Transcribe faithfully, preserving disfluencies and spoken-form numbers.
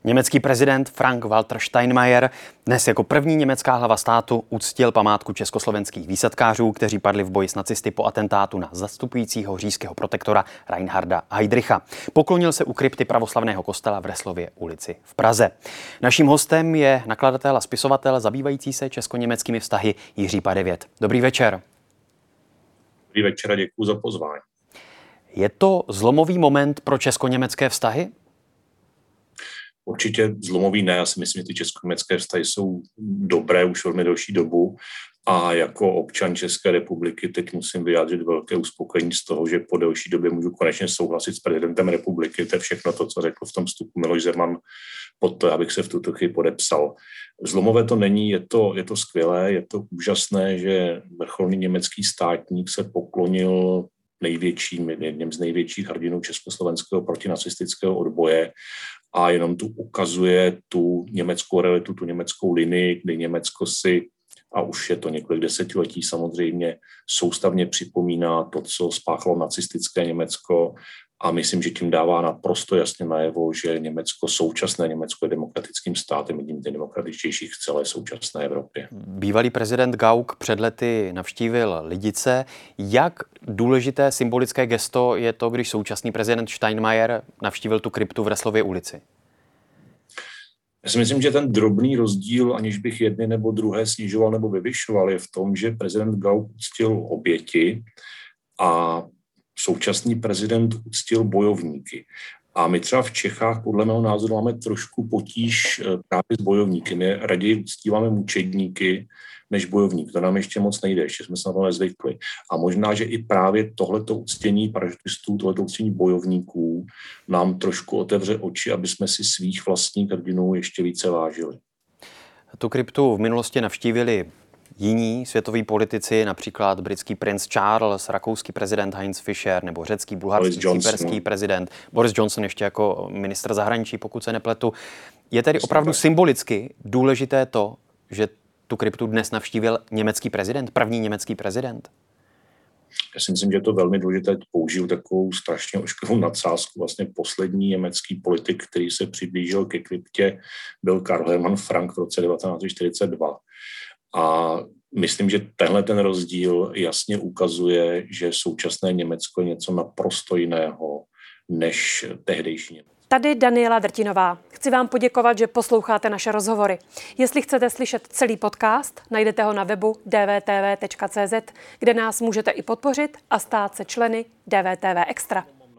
Německý prezident Frank-Walter Steinmeier dnes jako první německá hlava státu uctil památku československých výsadkářů, kteří padli v boji s nacisty po atentátu na zastupujícího říšského protektora Reinharda Heydricha. Poklonil se u krypty pravoslavného kostela v Resslově ulici v Praze. Naším hostem je nakladatel a spisovatel zabývající se česko-německými vztahy Jiří Padevět. Dobrý večer. Dobrý večer a děkuji za pozvání. Je to zlomový moment pro česko-německé vztahy? Určitě zlomový ne, já si myslím, že ty česko-německé vztahy jsou dobré už velmi delší dobu a jako občan České republiky teď musím vyjádřit velké uspokojení z toho, že po delší době můžu konečně souhlasit s prezidentem republiky. To je všechno to, co řekl v tom vstupu Miloš Zeman, pod to, abych se v tuto chvíli podepsal. Zlomové to není, je to, je to skvělé, je to úžasné, že vrcholný německý státník se poklonil největším, jedním z největších hrdinů československého protinacistického odboje a jenom tu ukazuje tu německou realitu, tu německou linii, kdy Německo si, a už je to několik desetiletí samozřejmě, soustavně připomíná to, co spáchalo nacistické Německo a myslím, že tím dává naprosto jasně najevo, že Německo, současné Německo je demokratickým státem, jedním z nejdemokratičtějších v celé současné Evropě. Bývalý prezident Gauck před lety navštívil Lidice. Jak důležité symbolické gesto je to, když současný prezident Steinmeier navštívil tu kryptu v Resslově ulici? Já si myslím, že ten drobný rozdíl, aniž bych jedny nebo druhé snižoval nebo vyvyšoval, je v tom, že prezident Gauck uctil oběti a současný prezident uctil bojovníky. A my třeba v Čechách podle mého názoru máme trošku potíž právě s bojovníky. My raději uctíváme mučedníky než bojovník. To nám ještě moc nejde, ještě jsme se na to nezvykli. A možná, že i právě tohleto uctění parašutistů, tohleto uctění bojovníků nám trošku otevře oči, aby jsme si svých vlastních hrdinů ještě více vážili. Tu kryptu v minulosti navštívili jiní světoví politici, například britský princ Charles, rakouský prezident Heinz Fischer nebo řecký, bulharský, kyperský prezident Boris Johnson ještě jako ministr zahraničí, pokud se nepletu. Je tedy opravdu symbolicky důležité to, že tu kryptu dnes navštívil německý prezident, první německý prezident? Já si myslím, že je to velmi důležité. Použiju takovou strašně ošklivou nadsázku. Vlastně poslední německý politik, který se přiblížil ke kryptě, byl Karl Hermann Frank v roce devatenáct set čtyřicet dva. A myslím, že tenhle ten rozdíl jasně ukazuje, že současné Německo je něco naprosto jiného než tehdejší Německo. Tady Daniela Drtinová. Chci vám poděkovat, že posloucháte naše rozhovory. Jestli chcete slyšet celý podcast, najdete ho na webu d v t v tečka c z, kde nás můžete i podpořit a stát se členy D V T V Extra.